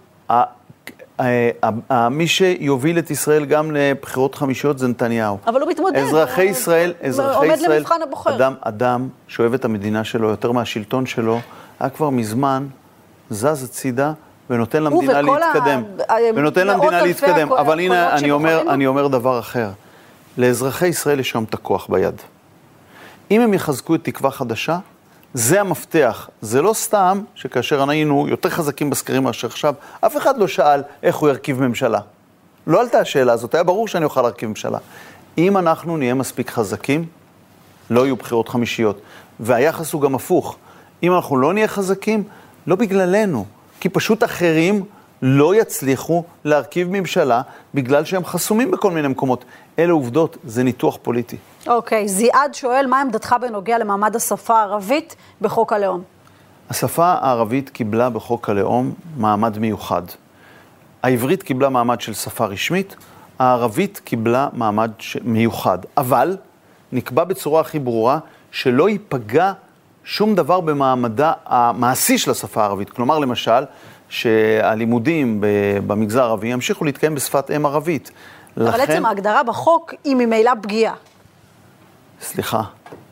מי שיוביל את ישראל גם לבחירות חמישיות זה נתניהו. אבל הוא מתמודד. אזרחי ישראל, עומד למבחן הבוחר. אדם שאוהב את המדינה שלו יותר מהשלטון שלו, היה כבר מזמן זז הצידה ונותן למדינה להתקדם. ונותן למדינה להתקדם. אבל הנה, אני אומר דבר אחר. לאזרחי ישראל יש שם את הכוח ביד. אם הם יחזקו את תקווה חדשה, זה המפתח. זה לא סתם שכאשר היינו יותר חזקים בסקרים מאשר עכשיו, אף אחד לא שאל איך הוא ירכיב ממשלה. לא עלתה השאלה הזאת, היה ברור שאני אוכל להרכיב ממשלה. אם אנחנו נהיה מספיק חזקים, לא יהיו בחירות חמישיות. והיחס הוא גם הפוך. אם אנחנו לא נהיה חזקים, לא בגללנו, כי פשוט אחרים לא יצליחו להרכיב ממשלה בגלל שהם חסומים בכל מיני מקומות. אלה עובדות, זה ניתוח פוליטי. אוקיי, זיעד שואל, מה עמדתך בנוגע למעמד השפה הערבית בחוק הלאום? השפה הערבית קיבלה בחוק הלאום מעמד מיוחד. העברית קיבלה מעמד של שפה רשמית, הערבית קיבלה מעמד מיוחד. אבל נקבע בצורה הכי ברורה שלא ייפגע שום דבר במעמדה המעשי של השפה הערבית. כלומר, למשל, שהלימודים במגזר הערבי ימשיכו להתקיים בשפת אם ערבית. אבל עצם ההגדרה בחוק היא ממילא פגיעה. סליחה.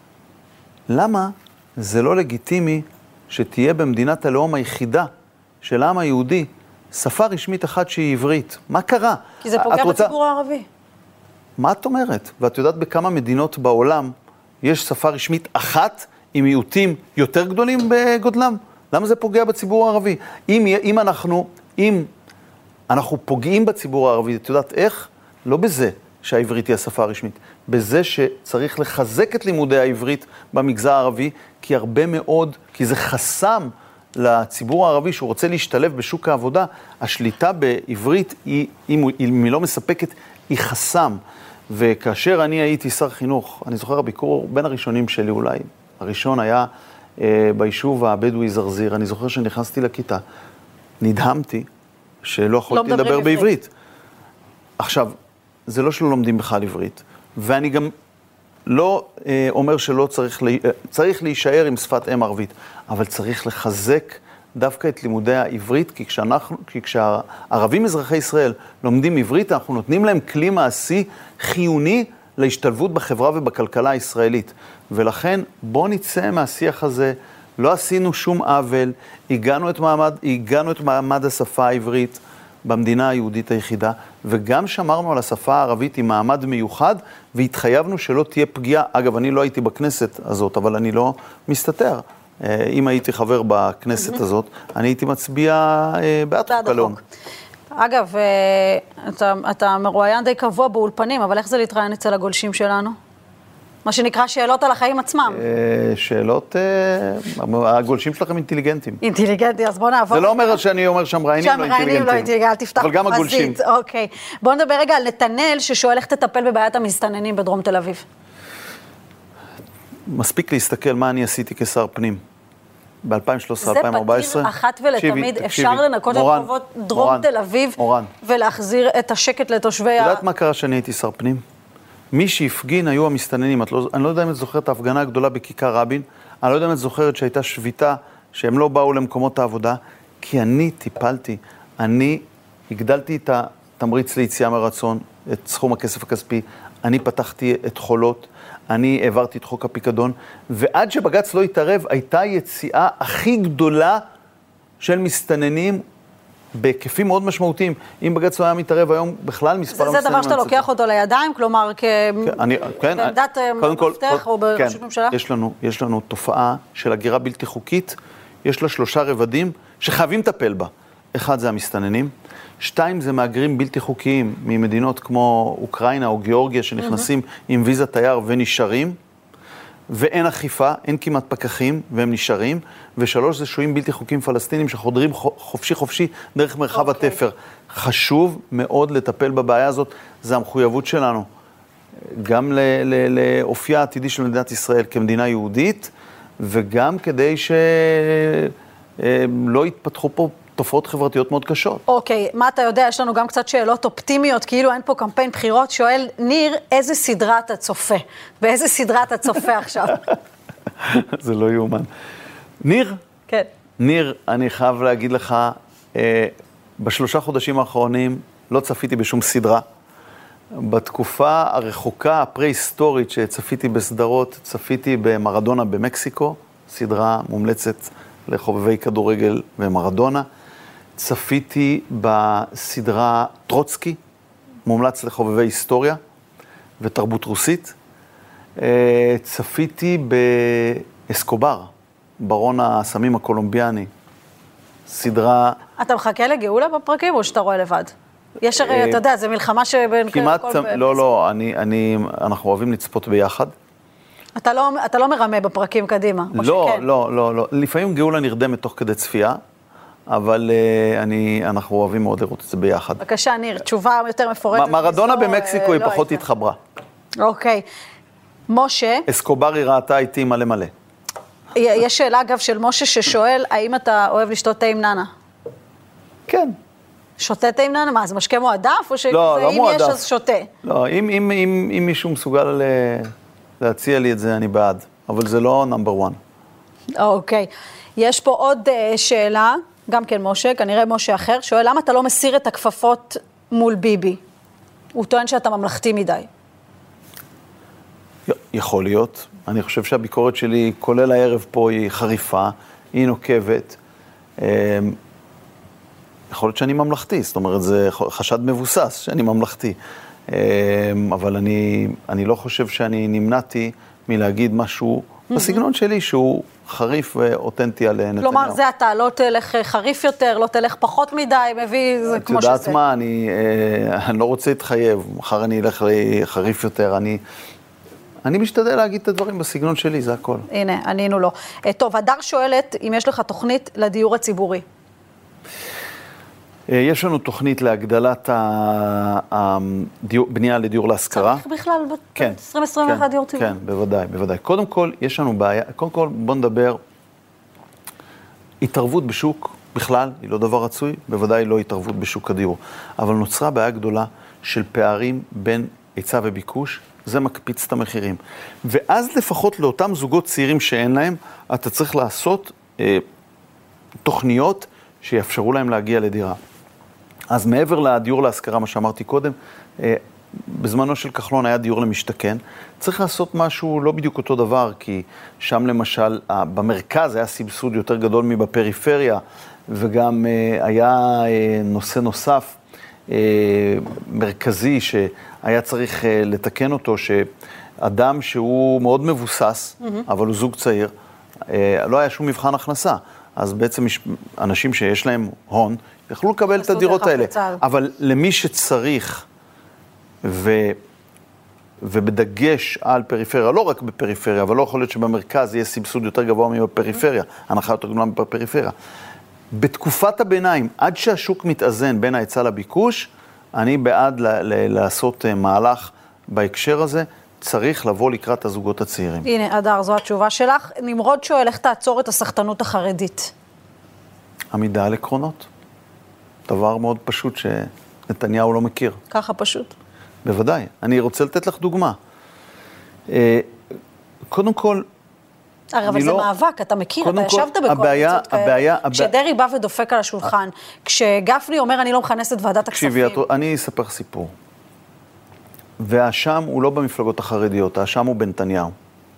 למה זה לא לגיטימי שתהיה במדינת הלאום היחידה של העם היהודי שפה רשמית אחת שהיא עברית? מה קרה? כי זה פוגע בציבור הערבי. מה את אומרת? ואת יודעת בכמה מדינות בעולם יש שפה רשמית אחת עם מיעוטים יותר גדולים בגודלם? למה זה פוגע בציבור הערבי? אם אנחנו פוגעים בציבור הערבי, את יודעת איך? לא בזה שהעברית היא השפה הרשמית, בזה שצריך לחזק את לימודי העברית במגזר הערבי, כי זה חסם לציבור הערבי שהוא רוצה להשתלב בשוק העבודה. השליטה בעברית, אם היא לא מספקת, היא חסם. וכאשר אני הייתי שר חינוך, אני זוכר הביקור בין הראשונים שלי אולי, הראשון היה ביישוב הבדואי זרזיר, אני זוכר שנכנסתי לכיתה, נדהמתי שלא יכולתי לדבר בעברית. עכשיו, זה לא שלא לומדים בכלל עברית, ואני גם לא אומר שלא צריך להישאר עם שפת אם ערבית, אבל צריך לחזק דווקא את לימודי העברית, כי כשהערבים אזרחי ישראל לומדים עברית, אנחנו נותנים להם כלי מעשי חיוני להשתלבות בחברה ובכלכלה הישראלית. ולכן בוא נצא מהשיח הזה, לא עשינו שום עוול, הגענו את מעמד השפה העברית במדינה היהודית היחידה, וגם שמרנו על השפה הערבית עם מעמד מיוחד, והתחייבנו שלא תהיה פגיעה. אגב, אני לא הייתי בכנסת הזאת, אבל אני לא מסתתר. אם הייתי חבר בכנסת הזאת, אני הייתי מצביע בעד חוק הלאום. אגב, אתה מרואיין די קבוע באולפנים, אבל איך זה להתראיין אצל הגולשים שלנו? מה שנקרא שאלות על החיים עצמם. שאלות, הגולשים שלכם אינטליגנטים. אינטליגנטי, אז בוא נעבור. זה לא אומר שאני אומר שהמראיינים לא אינטליגנטים. לא אינטליגנטים, אל תפתח אבל גם הגולשים. אוקיי. בוא נדבר רגע על נתנאל, ששואל איך תטפל בבעיית המסתננים בדרום תל אביב. מספיק להסתכל מה אני עשיתי כשר פנים. ב-2013-2014. זה פתיר אחת ולתמיד, אפשר לנקות את רחובות דרום תל אביב, ולהחזיר את השקט לתושבי את יודעת מה קרה שאני הייתי שר פנים? מי שהפגין היו המסתננים. אני לא יודע אם את זוכרת את ההפגנה הגדולה בכיכר רבין, אני לא יודע אם את זוכרת שהייתה שביתה, שהם לא באו למקומות העבודה, כי אני טיפלתי, אני הגדלתי את התמריץ ליציאה מרצון, את סכום הכסף הכספי, אני פתחתי את חולות, אני העברתי את חוק הפיקדון, ועד שבג"ץ לא התערב, הייתה יציאה הכי גדולה של מסתננים בהיקפים מאוד משמעותיים. אם בג"ץ לא היה מתערב היום, בכלל מספר המסתננים... זה דבר שאתה לוקח אותו לידיים, כלומר, כעמדת מפתח או ברשות ממשלה? יש לנו תופעה של הגירה בלתי חוקית, יש לה 3 רבדים שחייבים לטפל בה. אחד זה המסתננים, 2 זה מהגרים בלתי חוקיים ממדינות כמו אוקראינה או גיאורגיה שנכנסים עם ויזה תייר ונשארים, ואין אכיפה, אין כמעט פקחים והם נשארים, ו3 זה שוהים בלתי חוקיים פלסטינים שחודרים חופשי דרך מרחב התפר. חשוב מאוד לטפל בבעיה הזאת, זה המחויבות שלנו, גם לאופייה העתידי של מדינת ישראל כמדינה יהודית, וגם כדי שלא יתפתחו פה תופעות חברתיות מאוד קשות. אוקיי, מה אתה יודע? יש לנו גם קצת שאלות אופטימיות, כאילו אין פה קמפיין בחירות. שואל, ניר, איזה סדרה אתה צופה? באיזה סדרה אתה צופה עכשיו? זה לא יאומן. ניר? כן. ניר, אני חייב להגיד לך, ב3 חודשים האחרונים לא צפיתי בשום סדרה. בתקופה הרחוקה, הפרה-היסטורית שצפיתי בסדרות, צפיתי במרדונה במקסיקו, סדרה מומלצת לחובבי כדורגל ומרדונה. צפיתי בסדרה טרוצקי, מומלץ לחובבי היסטוריה ותרבות רוסית. צפיתי באסקובר, ברון הסמים הקולומביאני, סדרה... אתה מחכה לגאולה בפרקים או שאתה רואה לבד? יש הרי, אתה יודע, זה מלחמה שבין... כמעט, לא, אנחנו אוהבים לצפות ביחד. אתה לא מרמה בפרקים קדימה, או שכן? לא. לפעמים גאולה נרדמת תוך כדי צפייה, אבל אנחנו אוהבים מאוד לראות את זה ביחד. בבקשה, ניר, תשובה יותר מפורטת. מרדונה במקסיקו היא פחות התחברה. אוקיי. משה... אסקובר היא ראתה איתי מלא. יש שאלה, אגב, של משה ששואל, האם אתה אוהב לשתות תה עם ננה? כן. שותה תה עם ננה? מה, זה משקה מועדף? או לא מועדף. אם יש, אז שותה? לא, אם מישהו מסוגל להציע לי את זה, אני בעד. אבל זה לא נאמבר 1. אוקיי. יש פה עוד שאלה, גם כן משה, כנראה משה אחר, שואל למה אתה לא מסיר את הכפפות מול ביבי? הוא טוען שאתה ממלכתי מדי. יכול להיות. אני חושב שהביקורת שלי, כולל הערב פה, היא חריפה, היא נוקבת. יכול להיות שאני ממלכתי, זאת אומרת, זה חשד מבוסס שאני ממלכתי. אבל אני לא חושב שאני נמנעתי מלהגיד משהו בסגנון שלי שהוא חריף ואותנטי על נתניהו. כלומר, זה אתה לא תלך חריף יותר, לא תלך פחות מדי, מביא, זה כמו שזה. את יודעת מה, אני לא רוצה להתחייב, מחר אני אלך חריף יותר, אני משתדל להגיד את הדברים בסגנון שלי, זה הכל. הנה, ענינו לו. טוב, הדר שואלת אם יש לך תוכנית לדיור הציבורי. יש לנו תוכנית להגדלת הבנייה לדיור להשכרה. צריך בכלל כן, 2021 דיור ציבורי? כן, בוודאי, בוודאי. קודם כל, יש לנו בעיה, קודם כל בוא נדבר, התערבות בשוק בכלל, היא לא דבר רצוי, בוודאי לא התערבות בשוק הדיור. אבל נוצרה בעיה גדולה של פערים בין היצע וביקוש, זה מקפיץ את המחירים. ואז לפחות לאותם זוגות צעירים שאין להם, אתה צריך לעשות תוכניות שיאפשרו להם להגיע לדירה. אז מעבר לדיור להשכרה, מה שאמרתי קודם, בזמנו של כחלון היה דיור למשתכן. צריך לעשות משהו לא בדיוק אותו דבר, כי שם למשל, במרכז היה סבסוד יותר גדול מבפריפריה, וגם היה נושא נוסף, מרכזי, שהיה צריך לתקן אותו, שאדם שהוא מאוד מבוסס, אבל הוא זוג צעיר, לא היה שום מבחן הכנסה. אז בעצם אנשים שיש להם הון, יכלו לקבל את הדירות האלה. אבל למי שצריך, ובדגש על פריפריה, לא רק בפריפריה, אבל לא יכול להיות שבמרכז יהיה סבסוד יותר גבוה מבפריפריה, הנחה יותר גדולה בפריפריה. בתקופת הביניים, עד שהשוק מתאזן בין ההיצע לביקוש, אני בעד לעשות מהלך בהקשר הזה, צריך לבוא לקראת הזוגות הצעירים. הנה, אדר, זו התשובה שלך. נמרוד שואל, איך תעצור את הסחטנות החרדית? עמידה על עקרונות. דבר מאוד פשוט שנתניהו לא מכיר. ככה פשוט? בוודאי. אני רוצה לתת לך דוגמה. קודם כל, אבל זה מאבק, אתה מכיר, אתה ישבת בקואליציות כאלה. כשדרי בא ודופק על השולחן, כשגפני אומר אני לא מכנס את ועדת הכספים. אני אספר סיפור. והאשם הוא לא במפלגות החרדיות, האשם הוא בנתניהו.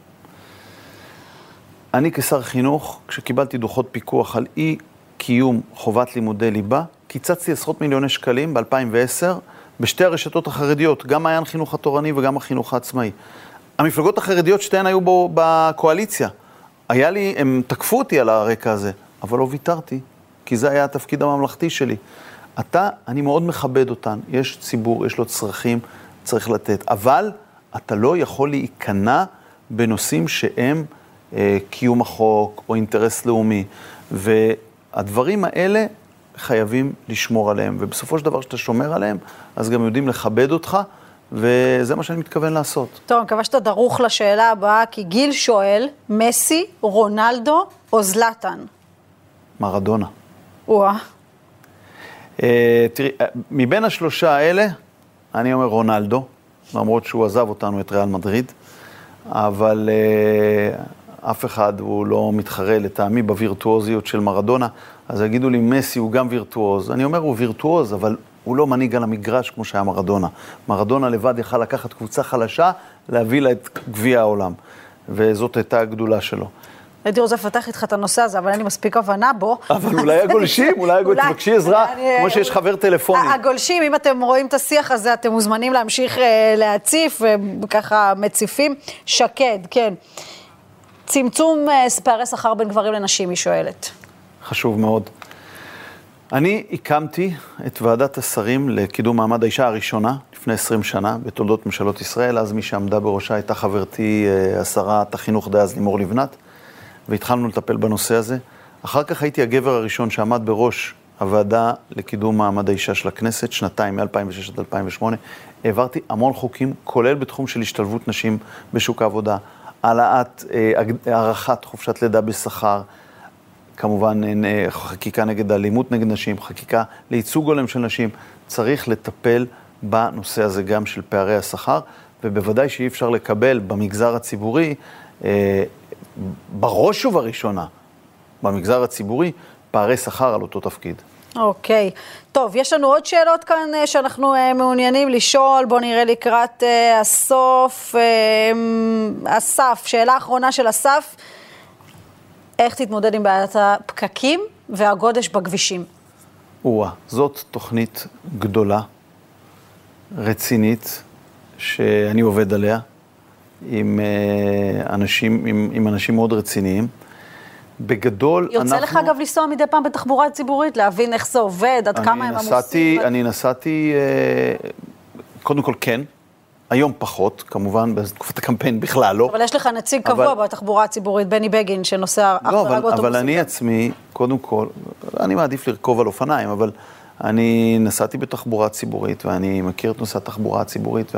אני כשר חינוך, כשקיבלתי דוחות פיקוח על אי קיום חובת לימודי ליבה, קיצצתי עשרות מיליוני שקלים ב-2010 בשתי הרשתות החרדיות, גם מעיין חינוך התורני וגם החינוך העצמאי. המפלגות החרדיות שתיהן היו בו בקואליציה. הם תקפו אותי על הרקע הזה, אבל לא ויתרתי, כי זה היה התפקיד הממלכתי שלי. אני מאוד מכבד אותן, יש ציבור, יש לו צרכים, צריך לתת, אבל אתה לא יכול להיכנע בנושאים שהם קיום החוק או אינטרס לאומי, והדברים האלה חייבים לשמור עליהם, ובסופו של דבר שאתה שומר עליהם, אז גם יודעים לכבד אותך, וזה מה שאני מתכוון לעשות. טוב, אני מקווה שאתה דרוך לשאלה הבאה, כי גיל שואל, מסי, רונלדו או זלטן? מרדונה. וואה. תראי, מבין השלושה האלה, אני אומר רונלדו, למרות שהוא עזב אותנו את ריאל מדריד, אבל אף אחד הוא לא מתחרה לטעמי בווירטואוזיות של מרדונה, אז יגידו לי, מסי הוא גם וירטואוז. אני אומר, הוא וירטואוז, אבל הוא לא מנהיג על המגרש כמו שהיה מרדונה. מרדונה לבד יכל לקחת קבוצה חלשה, להביא לה את גביע העולם, וזאת הייתה הגדולה שלו. הייתי רוצה לפתח איתך את הנושא הזה, אבל אין לי מספיק הבנה בו. אבל אולי הגולשים, אולי תבקשי עזרה, כמו שיש חבר טלפוני. הגולשים, אם אתם רואים את השיח הזה, אתם מוזמנים להמשיך להציף, וככה מציפים. שקד, כן. צמצום פערי שכר בין גברים לנשים, היא שואלת. חשוב מאוד. אני הקמתי את ועדת השרים לקידום מעמד האישה הראשונה, לפני 20 שנה, בתולדות ממשלות ישראל. אז מי שעמדה בראשה הייתה חברתי השרת החינוך דאז לימור לבנת, והתחלנו לטפל בנושא הזה. אחר כך הייתי הגבר הראשון שעמד בראש הוועדה לקידום מעמד האישה של הכנסת, שנתיים, מ-2006 עד 2008. העברתי המון חוקים, כולל בתחום של השתלבות נשים בשוק העבודה, הערכת חופשת לידה בשכר, כמובן חקיקה נגד אלימות נגד נשים, חקיקה לייצוג הולם של נשים. צריך לטפל בנושא הזה גם של פערי השכר, ובוודאי שאי אפשר לקבל במגזר הציבורי בראש ובראשונה, במגזר הציבורי, פערי שכר על אותו תפקיד. אוקיי. טוב, יש לנו עוד שאלות כאן שאנחנו מעוניינים לשאול. בוא נראה לקראת הסוף. אסף, שאלה האחרונה של אסף. איך תתמודד עם בעיית הפקקים והגודש בכבישים? זאת תוכנית גדולה, רצינית, שאני עובד עליה, עם אנשים מאוד רציניים. בגדול, יוצא לך אגב לנסוע מדי פעם בתחבורה ציבורית, להבין איך זה עובד, עד כמה הם עמוסים? אני נסעתי, קודם כל כן, היום פחות, כמובן, בתקופת הקמפיין בכלל לא. אבל יש לך נציג קבוע בתחבורה הציבורית, בני בגין, שנוסע אך ורק אוטובוסים. אבל אני עצמי, קודם כל, אני מעדיף לרכוב על אופניים, אבל אני נסעתי בתחבורה ציבורית, ואני מכיר את נושא התחבורה הציבורית,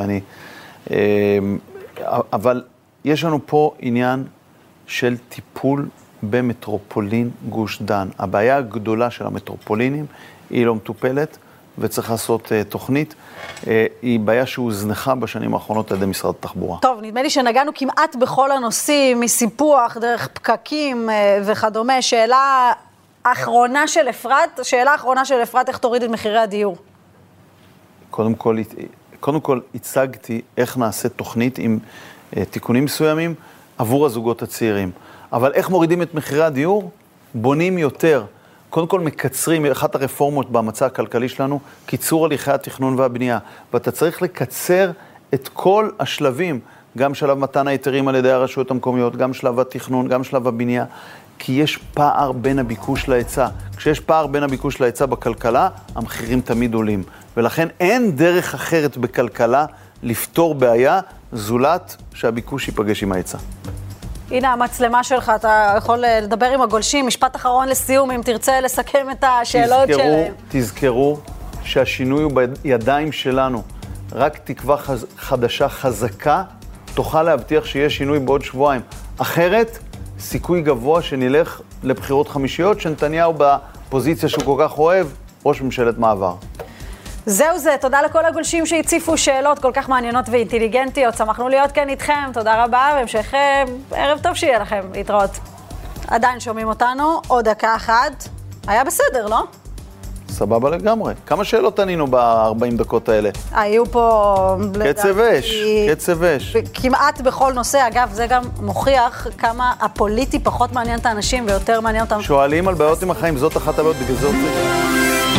אבל יש לנו פה עניין של טיפול במטרופולין גוש דן. הבעיה הגדולה של המטרופולינים היא לא מטופלת, וצריך לעשות תוכנית. היא בעיה שהוזנחה בשנים האחרונות על ידי משרד התחבורה. טוב, נדמה לי שנגענו כמעט בכל הנושאים, מסיפוח, דרך פקקים וכדומה. שאלה האחרונה של אפרת, איך תוריד את מחירי הדיור? קודם כל הצגתי איך נעשה תוכנית עם תיקונים מסוימים עבור הזוגות הצעירים. אבל איך מורידים את מחירי הדיור? בונים יותר. קודם כל מקצרים, אחת הרפורמות במצע הכלכלי שלנו, קיצור הליכי התכנון והבנייה. ואתה צריך לקצר את כל השלבים, גם שלב מתן היתרים על ידי הרשויות המקומיות, גם שלב התכנון, גם שלב הבנייה, כי יש פער בין הביקוש להיצע. כשיש פער בין הביקוש להיצע בכלכלה, המחירים תמיד עולים. ולכן אין דרך אחרת בכלכלה לפתור בעיה, זולת שהביקוש ייפגש עם ההיצע. הנה המצלמה שלך, אתה יכול לדבר עם הגולשים. משפט אחרון לסיום, אם תרצה לסכם את השאלות שלהם. תזכרו שהשינוי הוא בידיים שלנו. רק תקווה חדשה חזקה תוכל להבטיח שיש שינוי בעוד שבועיים. אחרת, סיכוי גבוה שנלך לבחירות חמישיות, שנתניהו בפוזיציה שהוא כל כך אוהב, ראש ממשלת מעבר. זהו זה, תודה לכל הגולשים שהציפו שאלות כל כך מעניינות ואינטליגנטיות. שמחנו להיות כאן איתכם, תודה רבה, והמשך ערב טוב שיהיה לכם, להתראות. עדיין שומעים אותנו, עוד דקה אחת. היה בסדר, לא? סבבה לגמרי. כמה שאלות ענינו ב-40 דקות האלה? היו פה... קצב אש. כמעט בכל נושא, אגב, זה גם מוכיח כמה הפוליטי פחות מעניין את האנשים ויותר מעניין אותם. שואלים על בעיות עם החיים, זאת אחת הבעיות, בגלל זאת זה...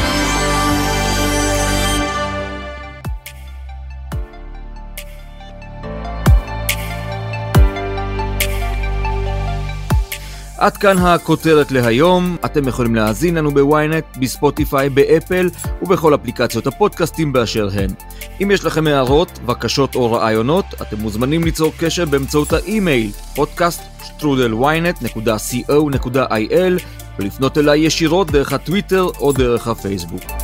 עד כאן הכותרת להיום. אתם יכולים להאזין לנו בוויינט, בספוטיפיי, באפל ובכל אפליקציות הפודקאסטים באשר הן. אם יש לכם הערות, בקשות או רעיונות, אתם מוזמנים ליצור קשר באמצעות האימייל podcast@ynet.co.il ולפנות אליי ישירות דרך הטוויטר או דרך הפייסבוק.